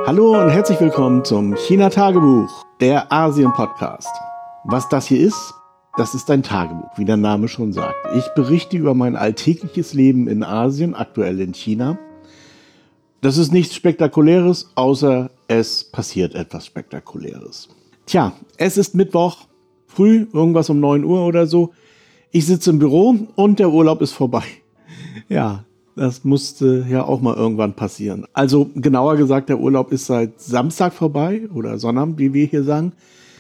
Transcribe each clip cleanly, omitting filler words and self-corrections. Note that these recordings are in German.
Hallo und herzlich willkommen zum China-Tagebuch, der Asien-Podcast. Was das hier ist, das ist ein Tagebuch, wie der Name schon sagt. Ich berichte über mein alltägliches Leben in Asien, aktuell in China. Das ist nichts Spektakuläres, außer es passiert etwas Spektakuläres. Tja, es ist Mittwoch, früh, irgendwas um 9 Uhr oder so. Ich sitze im Büro und der Urlaub ist vorbei. Ja, das musste ja auch mal irgendwann passieren. Also genauer gesagt, der Urlaub ist seit Samstag vorbei oder Sonnabend, wie wir hier sagen.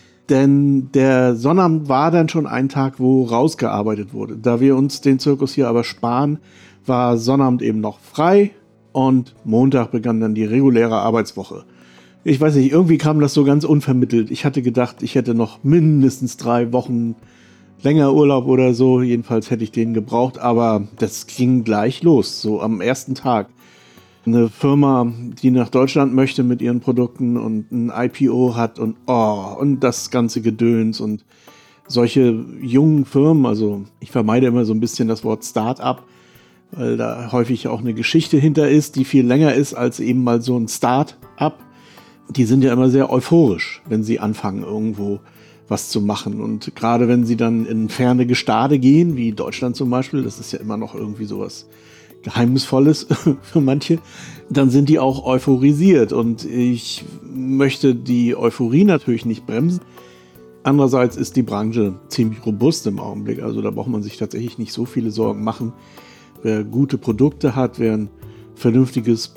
Denn der Sonnabend war dann schon ein Tag, wo rausgearbeitet wurde. Da wir uns den Zirkus hier aber sparen, war Sonnabend eben noch frei und Montag begann dann die reguläre Arbeitswoche. Ich weiß nicht, irgendwie kam das so ganz unvermittelt. Ich hatte gedacht, ich hätte noch mindestens 3 Wochen länger Urlaub oder so. Jedenfalls hätte ich den gebraucht, aber das ging gleich los, so am ersten Tag. Eine Firma, die nach Deutschland möchte mit ihren Produkten und ein IPO hat und das ganze Gedöns und solche jungen Firmen, also ich vermeide immer so ein bisschen das Wort Start-up, weil da häufig auch eine Geschichte hinter ist, die viel länger ist als eben mal so ein Start-up. Die sind ja immer sehr euphorisch, wenn sie anfangen, irgendwo was zu machen. Und gerade wenn sie dann in ferne Gestade gehen, wie Deutschland zum Beispiel, das ist ja immer noch irgendwie sowas Geheimnisvolles für manche, dann sind die auch euphorisiert. Und ich möchte die Euphorie natürlich nicht bremsen. Andererseits ist die Branche ziemlich robust im Augenblick. Also da braucht man sich tatsächlich nicht so viele Sorgen machen. Wer gute Produkte hat, wer ein vernünftiges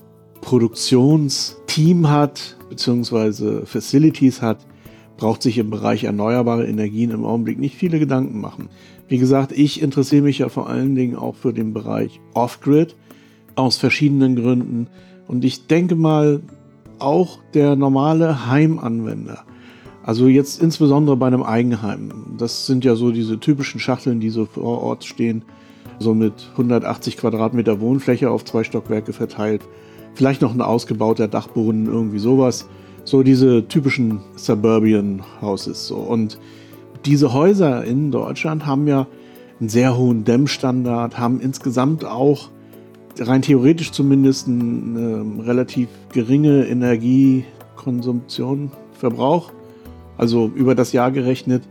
Produktionsteam hat, beziehungsweise Facilities hat, braucht sich im Bereich erneuerbare Energien im Augenblick nicht viele Gedanken machen. Wie gesagt, ich interessiere mich ja vor allen Dingen auch für den Bereich Off-Grid aus verschiedenen Gründen. Und ich denke mal, auch der normale Heimanwender, also jetzt insbesondere bei einem Eigenheim, das sind ja so diese typischen Schachteln, die so vor Ort stehen, so mit 180 Quadratmeter Wohnfläche auf 2 Stockwerke verteilt, vielleicht noch ein ausgebauter Dachboden, irgendwie sowas. So diese typischen Suburban Houses. So. Und diese Häuser in Deutschland haben ja einen sehr hohen Dämmstandard, haben insgesamt auch rein theoretisch zumindest eine relativ geringe Energiekonsumption, Verbrauch, also über das Jahr gerechnet.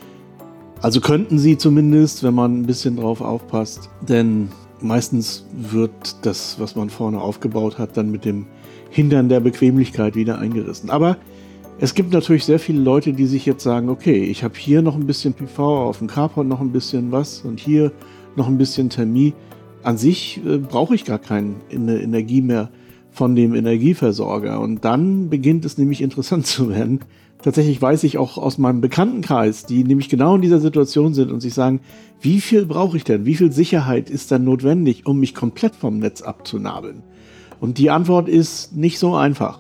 Also könnten sie zumindest, wenn man ein bisschen drauf aufpasst, denn meistens wird das, was man vorne aufgebaut hat, dann mit dem Hindern der Bequemlichkeit wieder eingerissen. Aber es gibt natürlich sehr viele Leute, die sich jetzt sagen, okay, ich habe hier noch ein bisschen PV, auf dem Carport noch ein bisschen was und hier noch ein bisschen Thermie. An sich brauche ich gar keine Energie mehr von dem Energieversorger. Und dann beginnt es nämlich interessant zu werden. Tatsächlich weiß ich auch aus meinem Bekanntenkreis, die nämlich genau in dieser Situation sind und sich sagen, wie viel brauche ich denn? Wie viel Sicherheit ist dann notwendig, um mich komplett vom Netz abzunabeln? Und die Antwort ist nicht so einfach.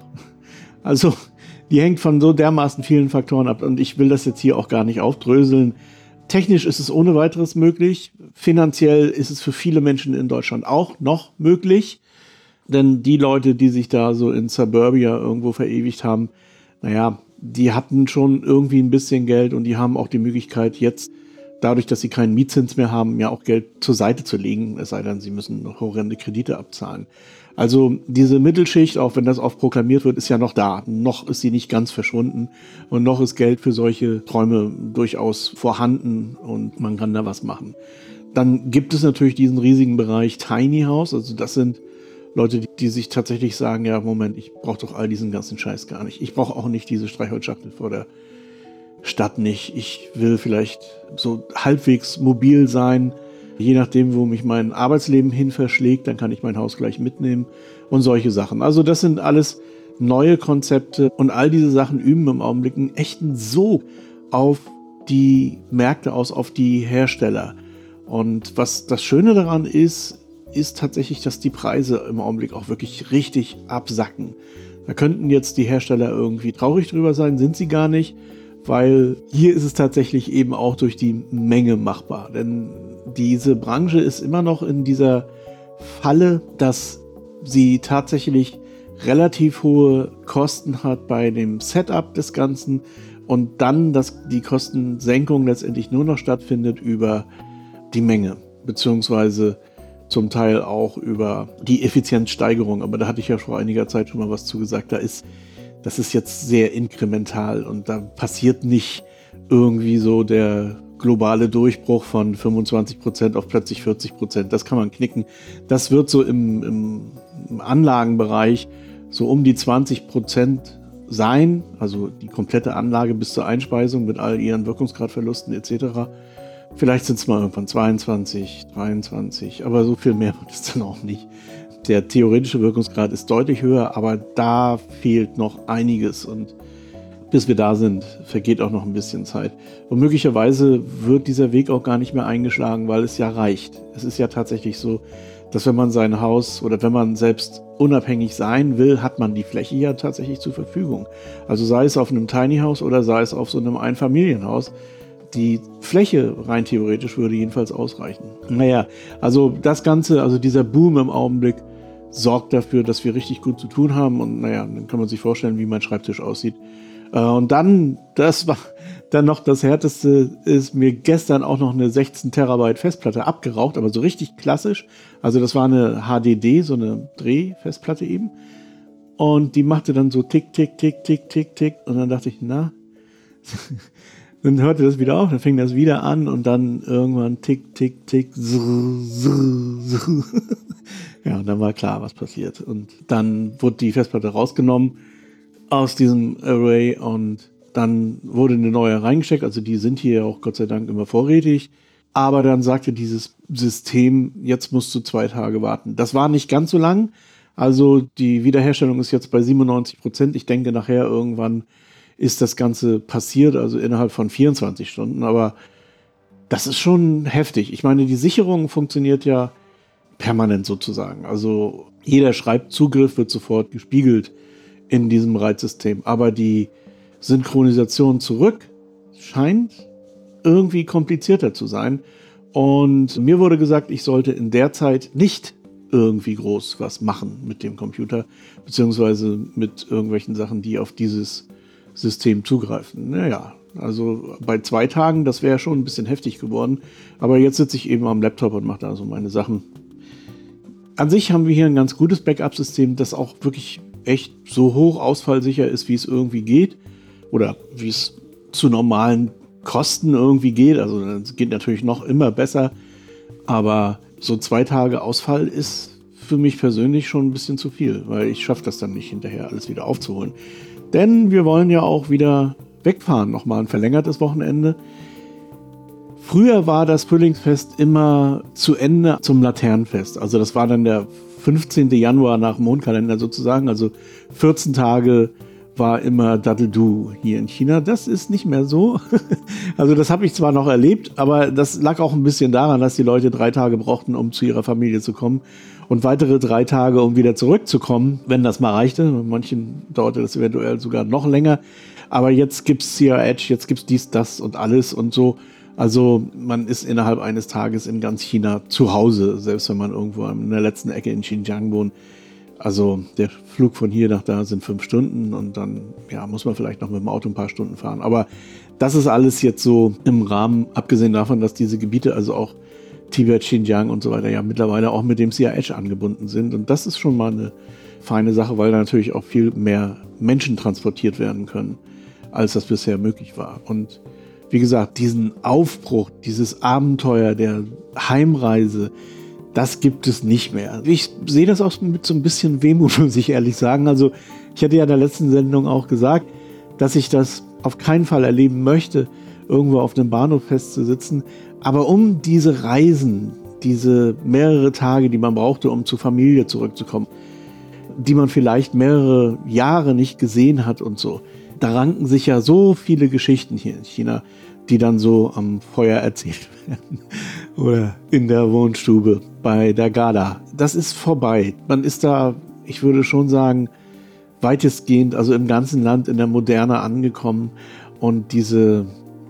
Also die hängt von so dermaßen vielen Faktoren ab und ich will das jetzt hier auch gar nicht aufdröseln. Technisch ist es ohne weiteres möglich. Finanziell ist es für viele Menschen in Deutschland auch noch möglich. Denn die Leute, die sich da so in Suburbia irgendwo verewigt haben, naja, die hatten schon irgendwie ein bisschen Geld und die haben auch die Möglichkeit jetzt, dadurch, dass sie keinen Mietzins mehr haben, ja auch Geld zur Seite zu legen, es sei denn, sie müssen noch horrende Kredite abzahlen. Also diese Mittelschicht, auch wenn das oft proklamiert wird, ist ja noch da. Noch ist sie nicht ganz verschwunden und noch ist Geld für solche Träume durchaus vorhanden und man kann da was machen. Dann gibt es natürlich diesen riesigen Bereich Tiny House, also das sind Leute, die sich tatsächlich sagen, ja Moment, ich brauche doch all diesen ganzen Scheiß gar nicht. Ich brauche auch nicht diese Streichholzschachtel vor der Stadt nicht. Ich will vielleicht so halbwegs mobil sein. Je nachdem, wo mich mein Arbeitsleben hin verschlägt, dann kann ich mein Haus gleich mitnehmen und solche Sachen. Also das sind alles neue Konzepte und all diese Sachen üben im Augenblick einen echten Sog auf die Märkte aus, auf die Hersteller. Und was das Schöne daran ist tatsächlich, dass die Preise im Augenblick auch wirklich richtig absacken. Da könnten jetzt die Hersteller irgendwie traurig drüber sein, sind sie gar nicht, weil hier ist es tatsächlich eben auch durch die Menge machbar. Denn diese Branche ist immer noch in dieser Falle, dass sie tatsächlich relativ hohe Kosten hat bei dem Setup des Ganzen und dann, dass die Kostensenkung letztendlich nur noch stattfindet über die Menge, beziehungsweise zum Teil auch über die Effizienzsteigerung. Aber da hatte ich ja vor einiger Zeit schon mal was zu gesagt. Da ist das ist jetzt sehr inkremental und da passiert nicht irgendwie so der globale Durchbruch von 25% auf plötzlich 40%. Das kann man knicken. Das wird so im Anlagenbereich so um die 20% sein, also die komplette Anlage bis zur Einspeisung mit all ihren Wirkungsgradverlusten etc. Vielleicht sind es mal irgendwann 22, 23, aber so viel mehr wird es dann auch nicht. Der theoretische Wirkungsgrad ist deutlich höher, aber da fehlt noch einiges und bis wir da sind, vergeht auch noch ein bisschen Zeit. Und möglicherweise wird dieser Weg auch gar nicht mehr eingeschlagen, weil es ja reicht. Es ist ja tatsächlich so, dass wenn man sein Haus oder wenn man selbst unabhängig sein will, hat man die Fläche ja tatsächlich zur Verfügung. Also sei es auf einem Tiny House oder sei es auf so einem Einfamilienhaus. Die Fläche rein theoretisch würde jedenfalls ausreichen. Naja, also das Ganze, also dieser Boom im Augenblick sorgt dafür, dass wir richtig gut zu tun haben und naja, dann kann man sich vorstellen, wie mein Schreibtisch aussieht. Und dann, das war dann noch das Härteste, ist mir gestern auch noch eine 16 Terabyte Festplatte abgeraucht, aber so richtig klassisch. Also das war eine HDD, so eine Drehfestplatte eben. Und die machte dann so tick, tick, tick, tick, tick, tick. Und dann dachte ich, na, dann hörte das wieder auf, dann fing das wieder an und dann irgendwann tick, tick, tick, ja, und dann war klar, was passiert. Und dann wurde die Festplatte rausgenommen aus diesem Array und dann wurde eine neue reingesteckt. Also die sind hier auch Gott sei Dank immer vorrätig. Aber dann sagte dieses System, jetzt musst du 2 Tage warten. Das war nicht ganz so lang. Also die Wiederherstellung ist jetzt bei 97%. Ich denke, nachher irgendwann ist das Ganze passiert, also innerhalb von 24 Stunden. Aber das ist schon heftig. Ich meine, die Sicherung funktioniert ja permanent sozusagen. Also jeder Schreibzugriff wird sofort gespiegelt in diesem Bereitssystem. Aber die Synchronisation zurück scheint irgendwie komplizierter zu sein. Und mir wurde gesagt, ich sollte in der Zeit nicht irgendwie groß was machen mit dem Computer, beziehungsweise mit irgendwelchen Sachen, die auf dieses System zugreifen. Naja, also bei 2 Tagen, das wäre schon ein bisschen heftig geworden. Aber jetzt sitze ich eben am Laptop und mache da so meine Sachen. An sich haben wir hier ein ganz gutes Backup-System, das auch wirklich echt so hoch ausfallsicher ist, wie es irgendwie geht. Oder wie es zu normalen Kosten irgendwie geht. Also es geht natürlich noch immer besser. Aber so 2 Tage Ausfall ist für mich persönlich schon ein bisschen zu viel, weil ich schaffe das dann nicht hinterher alles wieder aufzuholen. Denn wir wollen ja auch wieder wegfahren, nochmal ein verlängertes Wochenende. Früher war das Frühlingsfest immer zu Ende zum Laternenfest. Also das war dann der 15. Januar nach dem Mondkalender sozusagen. Also 14 Tage war immer Daddle-Do hier in China. Das ist nicht mehr so. Also das habe ich zwar noch erlebt, aber das lag auch ein bisschen daran, dass die Leute 3 Tage brauchten, um zu ihrer Familie zu kommen und weitere 3 Tage, um wieder zurückzukommen, wenn das mal reichte. Bei manchen dauerte das eventuell sogar noch länger. Aber jetzt gibt's Sierra Edge, jetzt gibt's dies, das und alles und so. Also man ist innerhalb eines Tages in ganz China zu Hause, selbst wenn man irgendwo in der letzten Ecke in Xinjiang wohnt. Also der Flug von hier nach da sind 5 Stunden und dann ja, muss man vielleicht noch mit dem Auto ein paar Stunden fahren. Aber das ist alles jetzt so im Rahmen, abgesehen davon, dass diese Gebiete, also auch Tibet, Xinjiang und so weiter, ja mittlerweile auch mit dem Sierra Edge angebunden sind. Und das ist schon mal eine feine Sache, weil da natürlich auch viel mehr Menschen transportiert werden können, als das bisher möglich war. Und wie gesagt, diesen Aufbruch, dieses Abenteuer der Heimreise, das gibt es nicht mehr. Ich sehe das auch mit so ein bisschen Wehmut, muss ich ehrlich sagen. Also ich hatte ja in der letzten Sendung auch gesagt, dass ich das auf keinen Fall erleben möchte, irgendwo auf einem Bahnhof festzusitzen. Aber um diese Reisen, diese mehrere Tage, die man brauchte, um zur Familie zurückzukommen, die man vielleicht mehrere Jahre nicht gesehen hat und so, da ranken sich ja so viele Geschichten hier in China, die dann so am Feuer erzählt werden oder in der Wohnstube bei der Gala. Das ist vorbei. Man ist da, ich würde schon sagen, weitestgehend, also im ganzen Land in der Moderne angekommen und diese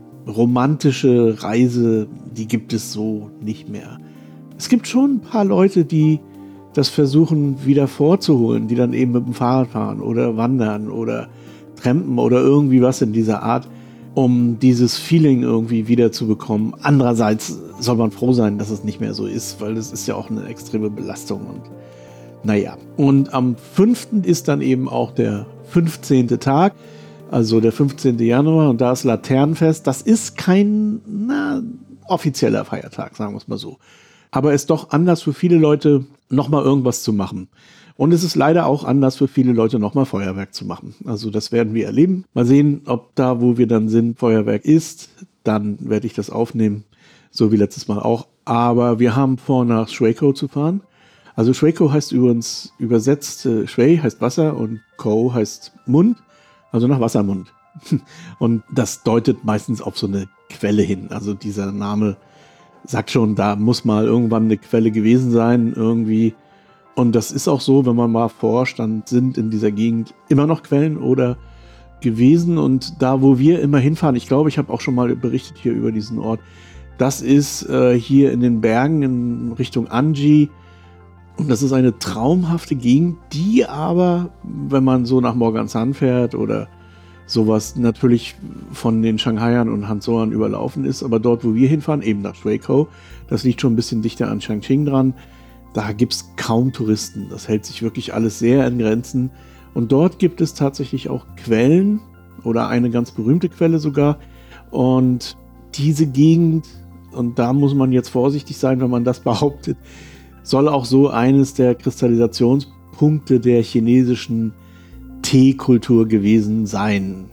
romantische Reise, die gibt es so nicht mehr. Es gibt schon ein paar Leute, die das versuchen wieder vorzuholen, die dann eben mit dem Fahrrad fahren oder wandern oder trampen oder irgendwie was in dieser Art, um dieses Feeling irgendwie wieder zu bekommen. Andererseits soll man froh sein, dass es nicht mehr so ist, weil das ist ja auch eine extreme Belastung und naja. Und am 5. ist dann eben auch der 15. Tag, also der 15. Januar, und da ist Laternenfest. Das ist kein offizieller Feiertag, sagen wir es mal so. Aber ist doch Anlass für viele Leute, nochmal irgendwas zu machen. Und es ist leider auch Anlass für viele Leute, nochmal Feuerwerk zu machen. Also das werden wir erleben. Mal sehen, ob da, wo wir dann sind, Feuerwerk ist. Dann werde ich das aufnehmen, so wie letztes Mal auch. Aber wir haben vor, nach Schweicow zu fahren. Also Schweicow heißt übrigens übersetzt, Shui heißt Wasser und Kow heißt Mund, also nach Wassermund. Und das deutet meistens auf so eine Quelle hin. Also dieser Name sagt schon, da muss mal irgendwann eine Quelle gewesen sein, irgendwie. Und das ist auch so, wenn man mal forscht, dann sind in dieser Gegend immer noch Quellen oder gewesen. Und da, wo wir immer hinfahren, ich glaube, ich habe auch schon mal berichtet hier über diesen Ort, das ist hier in den Bergen in Richtung Anji. Und das ist eine traumhafte Gegend, die aber, wenn man so nach Morgansan fährt oder sowas, natürlich von den Shanghaiern und Hanzoern überlaufen ist. Aber dort, wo wir hinfahren, eben nach Schweicow, das liegt schon ein bisschen dichter an Changchun dran, da gibt es kaum Touristen. Das hält sich wirklich alles sehr in Grenzen. Und dort gibt es tatsächlich auch Quellen oder eine ganz berühmte Quelle sogar. Und diese Gegend, und da muss man jetzt vorsichtig sein, wenn man das behauptet, soll auch so eines der Kristallisationspunkte der chinesischen Teekultur gewesen sein.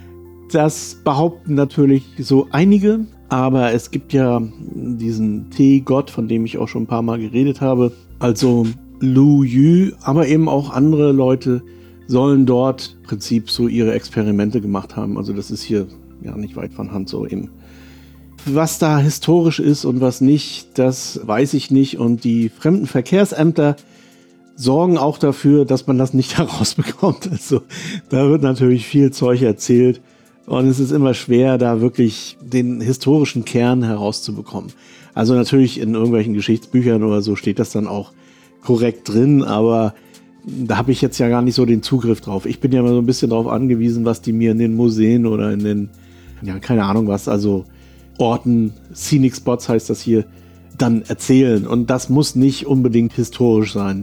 Das behaupten natürlich so einige, aber es gibt ja diesen Teegott, von dem ich auch schon ein paar Mal geredet habe, also Lu Yu, aber eben auch andere Leute sollen dort im Prinzip so ihre Experimente gemacht haben. Also das ist hier ja nicht weit von Hanzhou eben. Was da historisch ist und was nicht, das weiß ich nicht. Und die Fremdenverkehrsämter sorgen auch dafür, dass man das nicht herausbekommt. Also da wird natürlich viel Zeug erzählt. Und es ist immer schwer, da wirklich den historischen Kern herauszubekommen. Also natürlich in irgendwelchen Geschichtsbüchern oder so steht das dann auch korrekt drin, aber da habe ich jetzt ja gar nicht so den Zugriff drauf. Ich bin ja mal so ein bisschen darauf angewiesen, was die mir in den Museen oder in den, ja, keine Ahnung was, also Orten, Scenic Spots heißt das hier, dann erzählen. Und das muss nicht unbedingt historisch sein.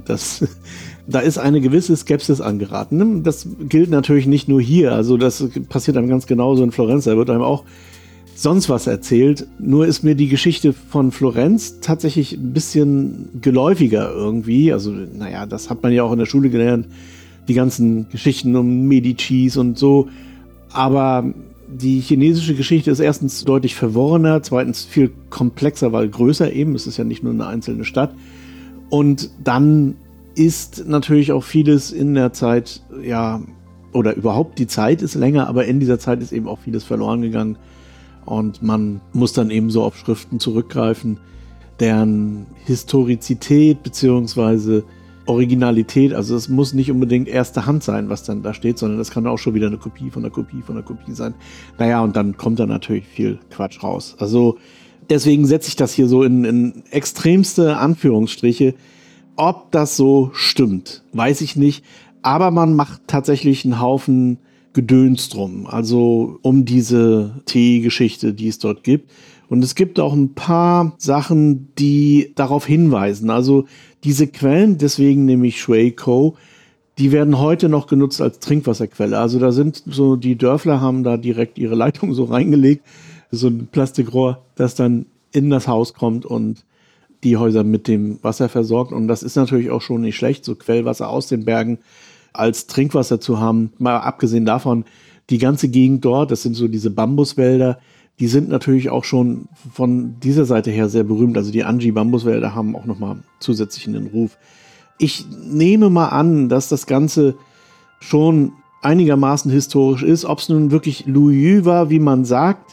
Da ist eine gewisse Skepsis angeraten. Das gilt natürlich nicht nur hier. Also das passiert einem ganz genauso in Florenz. Da wird einem auch sonst was erzählt. Nur ist mir die Geschichte von Florenz tatsächlich ein bisschen geläufiger irgendwie. Also naja, das hat man ja auch in der Schule gelernt. Die ganzen Geschichten um Medicis und so. Aber die chinesische Geschichte ist erstens deutlich verworrener, zweitens viel komplexer, weil größer eben. Es ist ja nicht nur eine einzelne Stadt. Und dann ist natürlich auch vieles in der Zeit, ja, oder überhaupt die Zeit ist länger, aber in dieser Zeit ist eben auch vieles verloren gegangen. Und man muss dann eben so auf Schriften zurückgreifen, deren Historizität bzw. Originalität, also es muss nicht unbedingt erste Hand sein, was dann da steht, sondern das kann auch schon wieder eine Kopie von einer Kopie von einer Kopie sein. Naja, und dann kommt da natürlich viel Quatsch raus. Also deswegen setze ich das hier so in extremste Anführungsstriche. Ob das so stimmt, weiß ich nicht. Aber man macht tatsächlich einen Haufen Gedöns drum, also um diese Teegeschichte, die es dort gibt. Und es gibt auch ein paar Sachen, die darauf hinweisen. Also diese Quellen, deswegen nämlich Schweicow, die werden heute noch genutzt als Trinkwasserquelle. Also da sind so, die Dörfler haben da direkt ihre Leitung so reingelegt, so ein Plastikrohr, das dann in das Haus kommt und die Häuser mit dem Wasser versorgt. Und das ist natürlich auch schon nicht schlecht, so Quellwasser aus den Bergen als Trinkwasser zu haben. Mal abgesehen davon, die ganze Gegend dort, das sind so diese Bambuswälder, die sind natürlich auch schon von dieser Seite her sehr berühmt. Also die Anji-Bambuswälder haben auch nochmal zusätzlich einen Ruf. Ich nehme mal an, dass das Ganze schon einigermaßen historisch ist. Ob es nun wirklich Lu Yu war, wie man sagt,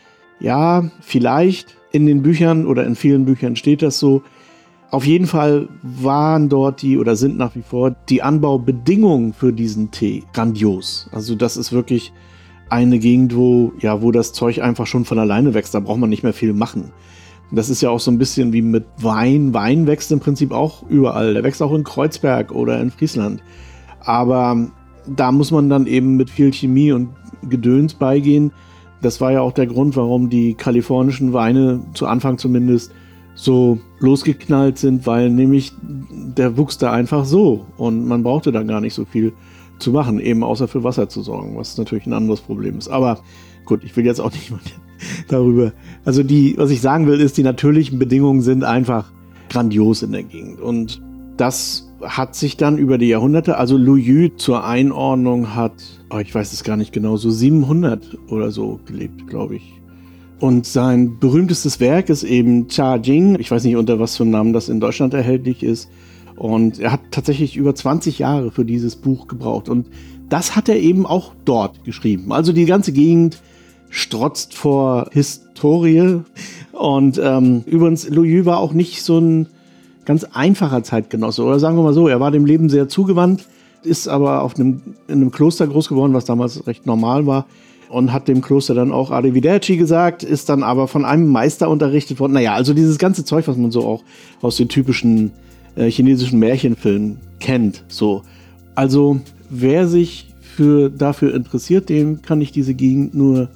ja, vielleicht. In den Büchern oder in vielen Büchern steht das so. Auf jeden Fall waren dort oder sind nach wie vor die Anbaubedingungen für diesen Tee grandios. Also das ist wirklich eine Gegend, wo das Zeug einfach schon von alleine wächst. Da braucht man nicht mehr viel machen. Das ist ja auch so ein bisschen wie mit Wein. Wein wächst im Prinzip auch überall. Der wächst auch in Kreuzberg oder in Friesland. Aber da muss man dann eben mit viel Chemie und Gedöns beigehen. Das war ja auch der Grund, warum die kalifornischen Weine zu Anfang zumindest so losgeknallt sind, weil nämlich der wuchs da einfach so und man brauchte da gar nicht so viel zu machen, eben außer für Wasser zu sorgen, was natürlich ein anderes Problem ist. Aber gut, ich will jetzt auch nicht darüber. Also was ich sagen will, ist, die natürlichen Bedingungen sind einfach grandios in der Gegend. Und das hat sich dann über die Jahrhunderte, also Lu Yu zur Einordnung hat, ich weiß es gar nicht genau, so 700 oder so gelebt, glaube ich. Und sein berühmtestes Werk ist eben Cha Jing. Ich weiß nicht, unter was für einem Namen das in Deutschland erhältlich ist. Und er hat tatsächlich über 20 Jahre für dieses Buch gebraucht. Und das hat er eben auch dort geschrieben. Also die ganze Gegend strotzt vor Historie. Und übrigens, Lu Yu war auch nicht so ein ganz einfacher Zeitgenosse. Oder sagen wir mal so, er war dem Leben sehr zugewandt, ist aber in einem Kloster groß geworden, was damals recht normal war. Und hat dem Kloster dann auch Arrivederci gesagt, ist dann aber von einem Meister unterrichtet worden. Naja, also dieses ganze Zeug, was man so auch aus den typischen chinesischen Märchenfilmen kennt. So. Also wer sich dafür interessiert, dem kann ich diese Gegend nur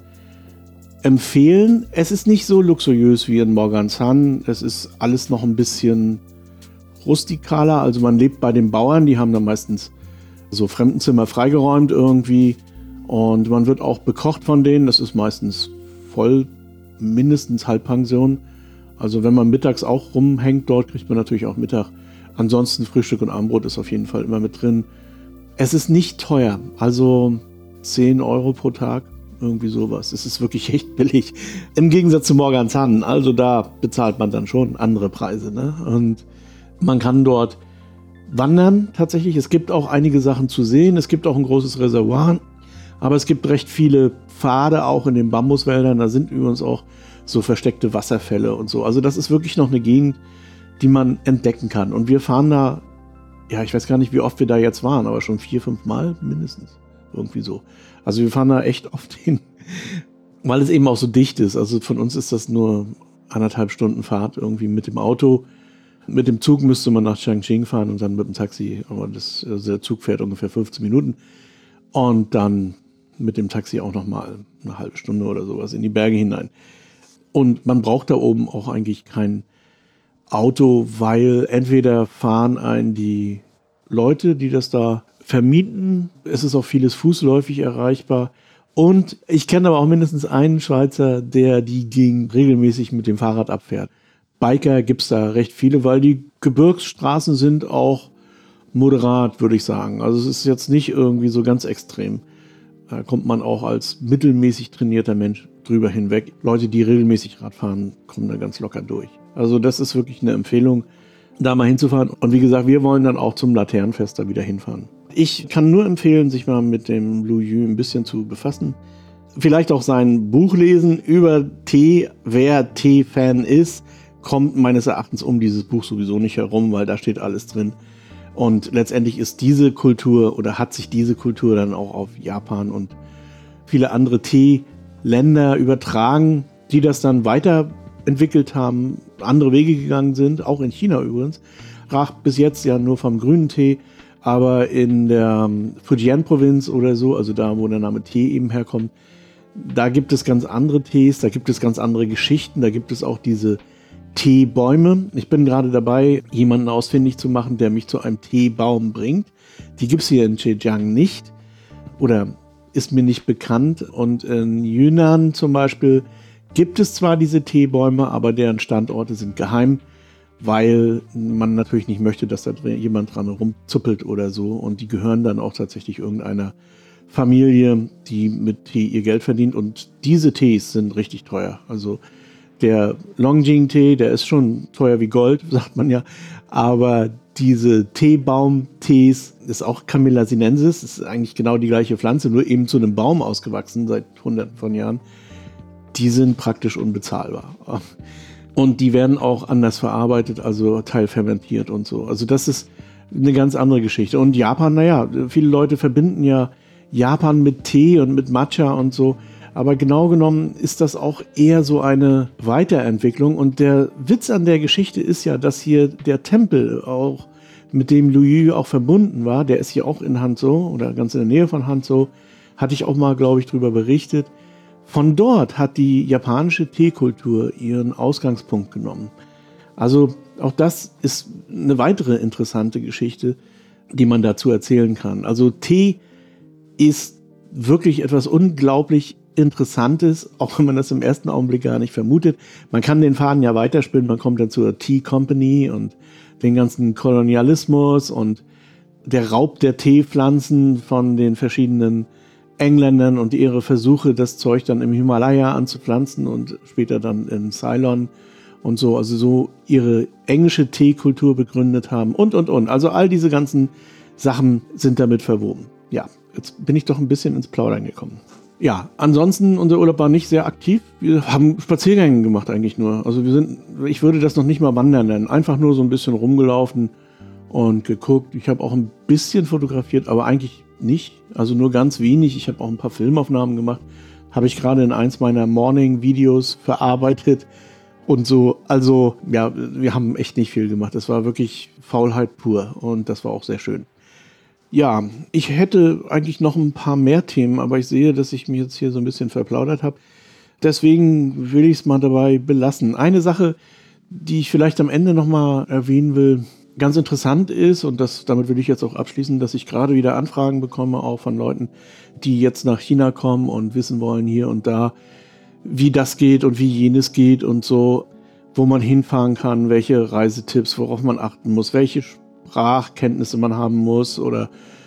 empfehlen. Es ist nicht so luxuriös wie in Morgansan. Es ist alles noch ein bisschen rustikaler. Also man lebt bei den Bauern, die haben dann meistens so Fremdenzimmer freigeräumt irgendwie. Und man wird auch bekocht von denen. Das ist meistens voll, mindestens Halbpension. Also wenn man mittags auch rumhängt dort, kriegt man natürlich auch Mittag. Ansonsten Frühstück und Abendbrot ist auf jeden Fall immer mit drin. Es ist nicht teuer. Also 10 Euro pro Tag, irgendwie sowas. Es ist wirklich echt billig. Im Gegensatz zu Morgansan. Also da bezahlt man dann schon andere Preise, ne? Und man kann dort wandern tatsächlich. Es gibt auch einige Sachen zu sehen. Es gibt auch ein großes Reservoir. Aber es gibt recht viele Pfade auch in den Bambuswäldern. Da sind übrigens auch so versteckte Wasserfälle und so. Also das ist wirklich noch eine Gegend, die man entdecken kann. Und wir fahren da, ja, ich weiß gar nicht, wie oft wir da jetzt waren, aber schon 4-5 Mal mindestens. Irgendwie so. Also wir fahren da echt oft hin, weil es eben auch so dicht ist. Also von uns ist das nur 1,5 Stunden Fahrt irgendwie mit dem Auto. Mit dem Zug müsste man nach Changchun fahren und dann mit dem Taxi. Aber der Zug fährt ungefähr 15 Minuten. Und dann mit dem Taxi auch nochmal eine halbe Stunde oder sowas in die Berge hinein. Und man braucht da oben auch eigentlich kein Auto, weil entweder fahren einen die Leute, die das da vermieten. Es ist auch vieles fußläufig erreichbar. Und ich kenne aber auch mindestens einen Schweizer, der die Gegend regelmäßig mit dem Fahrrad abfährt. Biker gibt es da recht viele, weil die Gebirgsstraßen sind auch moderat, würde ich sagen. Also es ist jetzt nicht irgendwie so ganz extrem. Da kommt man auch als mittelmäßig trainierter Mensch drüber hinweg. Leute, die regelmäßig Rad fahren, kommen da ganz locker durch. Also das ist wirklich eine Empfehlung, da mal hinzufahren. Und wie gesagt, wir wollen dann auch zum Laternenfest da wieder hinfahren. Ich kann nur empfehlen, sich mal mit dem Lu Yu ein bisschen zu befassen. Vielleicht auch sein Buch lesen über Tee. Wer Tee-Fan ist, kommt meines Erachtens um dieses Buch sowieso nicht herum, weil da steht alles drin. Und letztendlich ist diese Kultur oder hat sich diese Kultur dann auch auf Japan und viele andere Teeländer übertragen, die das dann weiterentwickelt haben, andere Wege gegangen sind, auch in China übrigens. Sprach bis jetzt ja nur vom grünen Tee, aber in der Fujian-Provinz oder so, also da, wo der Name Tee eben herkommt, da gibt es ganz andere Tees, da gibt es ganz andere Geschichten, da gibt es auch diese Teebäume. Ich bin gerade dabei, jemanden ausfindig zu machen, der mich zu einem Teebaum bringt. Die gibt es hier in Zhejiang nicht oder ist mir nicht bekannt. Und in Yunnan zum Beispiel gibt es zwar diese Teebäume, aber deren Standorte sind geheim, weil man natürlich nicht möchte, dass da jemand dran rumzuppelt oder so. Und die gehören dann auch tatsächlich irgendeiner Familie, die mit Tee ihr Geld verdient. Und diese Tees sind richtig teuer. Also der Longjing-Tee, der ist schon teuer wie Gold, sagt man ja. Aber diese Teebaum-Tees ist auch Camellia sinensis, ist eigentlich genau die gleiche Pflanze, nur eben zu einem Baum ausgewachsen seit Hunderten von Jahren. Die sind praktisch unbezahlbar. Und die werden auch anders verarbeitet, also teilfermentiert und so. Also das ist eine ganz andere Geschichte. Und Japan, naja, viele Leute verbinden ja Japan mit Tee und mit Matcha und so. Aber genau genommen ist das auch eher so eine Weiterentwicklung. Und der Witz an der Geschichte ist ja, dass hier der Tempel auch, mit dem Lu Yu auch verbunden war, der ist hier auch in Hanzhou oder ganz in der Nähe von Hanzhou, hatte ich auch mal, glaube ich, drüber berichtet. Von dort hat die japanische Teekultur ihren Ausgangspunkt genommen. Also auch das ist eine weitere interessante Geschichte, die man dazu erzählen kann. Also Tee ist wirklich etwas unglaublich Interessantes, auch wenn man das im ersten Augenblick gar nicht vermutet. Man kann den Faden ja weiterspinnen, man kommt dann zur Tea Company und den ganzen Kolonialismus und der Raub der Teepflanzen von den verschiedenen Engländern und ihre Versuche, das Zeug dann im Himalaya anzupflanzen und später dann in Ceylon und so, also so ihre englische Teekultur begründet haben und. Also all diese ganzen Sachen sind damit verwoben. Ja, jetzt bin ich doch ein bisschen ins Plaudern gekommen. Ja, ansonsten, unser Urlaub war nicht sehr aktiv. Wir haben Spaziergänge gemacht eigentlich nur. Also ich würde das noch nicht mal wandern nennen. Einfach nur so ein bisschen rumgelaufen und geguckt. Ich habe auch ein bisschen fotografiert, aber eigentlich nicht. Also nur ganz wenig. Ich habe auch ein paar Filmaufnahmen gemacht. Habe ich gerade in eins meiner Morning-Videos verarbeitet und so. Also ja, wir haben echt nicht viel gemacht. Das war wirklich Faulheit pur und das war auch sehr schön. Ja, ich hätte eigentlich noch ein paar mehr Themen, aber ich sehe, dass ich mich jetzt hier so ein bisschen verplaudert habe. Deswegen will ich es mal dabei belassen. Eine Sache, die ich vielleicht am Ende nochmal erwähnen will, ganz interessant ist, und damit will ich jetzt auch abschließen, dass ich gerade wieder Anfragen bekomme, auch von Leuten, die jetzt nach China kommen und wissen wollen hier und da, wie das geht und wie jenes geht und so, wo man hinfahren kann, welche Reisetipps, worauf man achten muss, welche Sprachkenntnisse man haben muss oder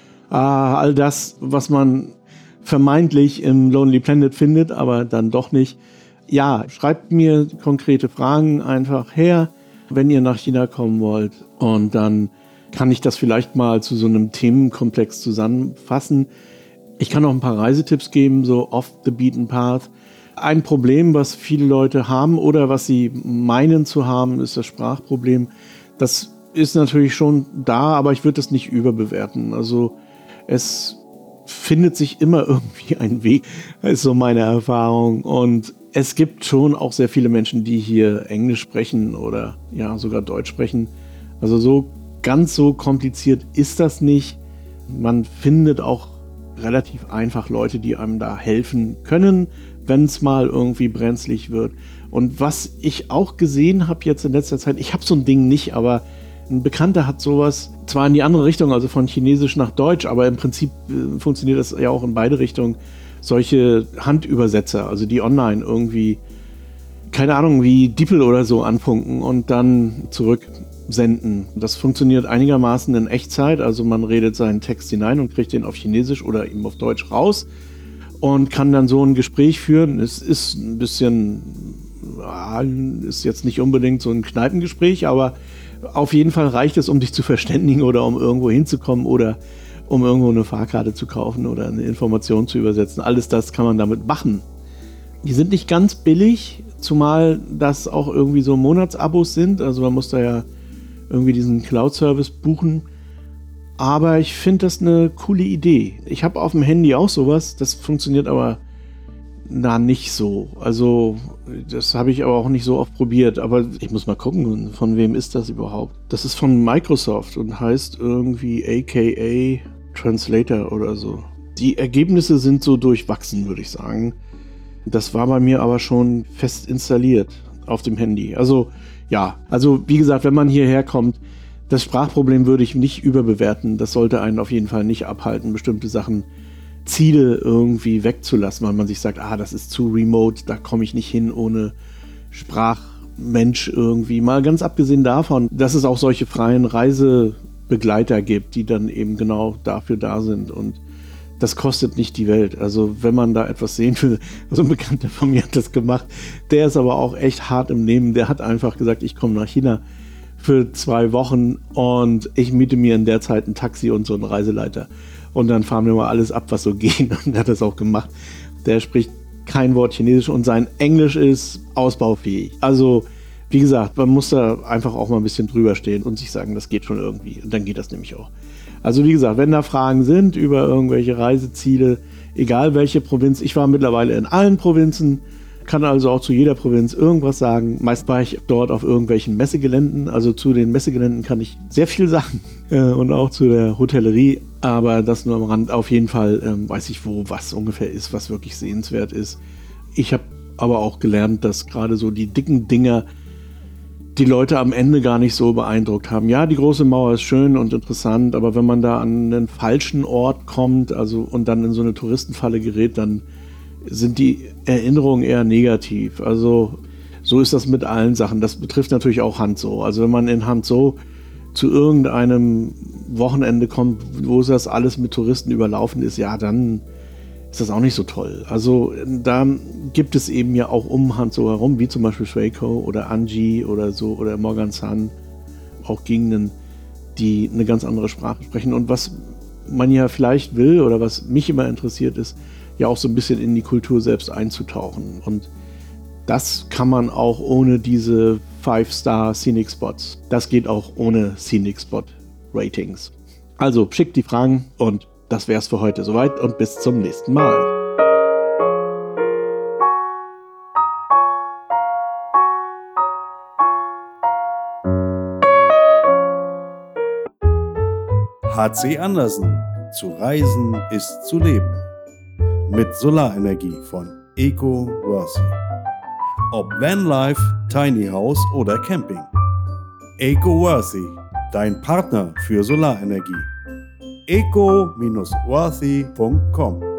all das, was man vermeintlich im Lonely Planet findet, aber dann doch nicht. Ja, schreibt mir konkrete Fragen einfach her, wenn ihr nach China kommen wollt. Und dann kann ich das vielleicht mal zu so einem Themenkomplex zusammenfassen. Ich kann auch ein paar Reisetipps geben, so off the beaten path. Ein Problem, was viele Leute haben oder was sie meinen zu haben, ist das Sprachproblem. Das ist natürlich schon da, aber ich würde das nicht überbewerten. Also es findet sich immer irgendwie ein Weg, ist so meine Erfahrung. Und es gibt schon auch sehr viele Menschen, die hier Englisch sprechen oder ja sogar Deutsch sprechen. Also so ganz so kompliziert ist das nicht. Man findet auch relativ einfach Leute, die einem da helfen können, wenn es mal irgendwie brenzlig wird. Und was ich auch gesehen habe jetzt in letzter Zeit, ich habe so ein Ding nicht, aber ein Bekannter hat sowas, zwar in die andere Richtung, also von Chinesisch nach Deutsch, aber im Prinzip funktioniert das ja auch in beide Richtungen. Solche Handübersetzer, also die online irgendwie, keine Ahnung, wie DeepL oder so anfunken und dann zurücksenden. Das funktioniert einigermaßen in Echtzeit, also man redet seinen Text hinein und kriegt den auf Chinesisch oder eben auf Deutsch raus und kann dann so ein Gespräch führen. Es ist ein bisschen, ist jetzt nicht unbedingt so ein Kneipengespräch, aber auf jeden Fall reicht es, um dich zu verständigen oder um irgendwo hinzukommen oder um irgendwo eine Fahrkarte zu kaufen oder eine Information zu übersetzen. Alles das kann man damit machen. Die sind nicht ganz billig, zumal das auch irgendwie so Monatsabos sind. Also man muss da ja irgendwie diesen Cloud-Service buchen. Aber ich finde das eine coole Idee. Ich habe auf dem Handy auch sowas, das funktioniert aber nicht so. Also das habe ich aber auch nicht so oft probiert. Aber ich muss mal gucken, von wem ist das überhaupt? Das ist von Microsoft und heißt irgendwie aka Translator oder so. Die Ergebnisse sind so durchwachsen, würde ich sagen. Das war bei mir aber schon fest installiert auf dem Handy. Also ja, also wie gesagt, wenn man hierher kommt, das Sprachproblem würde ich nicht überbewerten. Das sollte einen auf jeden Fall nicht abhalten, bestimmte Sachen, Ziele irgendwie wegzulassen, weil man sich sagt, das ist zu remote, da komme ich nicht hin ohne Sprachmensch irgendwie. Mal ganz abgesehen davon, dass es auch solche freien Reisebegleiter gibt, die dann eben genau dafür da sind und das kostet nicht die Welt. Also wenn man da etwas sehen will, also ein Bekannter von mir hat das gemacht, der ist aber auch echt hart im Nehmen, der hat einfach gesagt, ich komme nach China für 2 Wochen und ich miete mir in der Zeit ein Taxi und so einen Reiseleiter. Und dann fahren wir mal alles ab, was so geht. Und er hat das auch gemacht. Der spricht kein Wort Chinesisch und sein Englisch ist ausbaufähig. Also, wie gesagt, man muss da einfach auch mal ein bisschen drüber stehen und sich sagen, das geht schon irgendwie. Und dann geht das nämlich auch. Also, wie gesagt, wenn da Fragen sind über irgendwelche Reiseziele, egal welche Provinz, ich war mittlerweile in allen Provinzen, kann also auch zu jeder Provinz irgendwas sagen. Meist war ich dort auf irgendwelchen Messegeländen. Also zu den Messegeländen kann ich sehr viel sagen. Und auch zu der Hotellerie. Aber das nur am Rand. Auf jeden Fall weiß ich, wo was ungefähr ist, was wirklich sehenswert ist. Ich habe aber auch gelernt, dass gerade so die dicken Dinger die Leute am Ende gar nicht so beeindruckt haben. Ja, die große Mauer ist schön und interessant, aber wenn man da an einen falschen Ort kommt, also und dann in so eine Touristenfalle gerät, dann sind die Erinnerungen eher negativ. Also so ist das mit allen Sachen. Das betrifft natürlich auch Hanzhou. Also wenn man in Hanzhou zu irgendeinem Wochenende kommt, wo das alles mit Touristen überlaufen ist, ja, dann ist das auch nicht so toll. Also da gibt es eben ja auch um Hanzhou herum, wie zum Beispiel Shueiko oder Anji oder so oder Morgansan, auch Gegenden, die eine ganz andere Sprache sprechen. Und was man ja vielleicht will oder was mich immer interessiert ist, ja auch so ein bisschen in die Kultur selbst einzutauchen. Und das kann man auch ohne diese 5-Star Scenic Spots. Das geht auch ohne Scenic Spot Ratings. Also schickt die Fragen und das wär's für heute soweit und bis zum nächsten Mal. H.C. Andersen. Zu reisen ist zu leben. Mit Solarenergie von Eco-Worthy. Ob Vanlife, Tiny House oder Camping. Eco-Worthy, dein Partner für Solarenergie. eco-worthy.com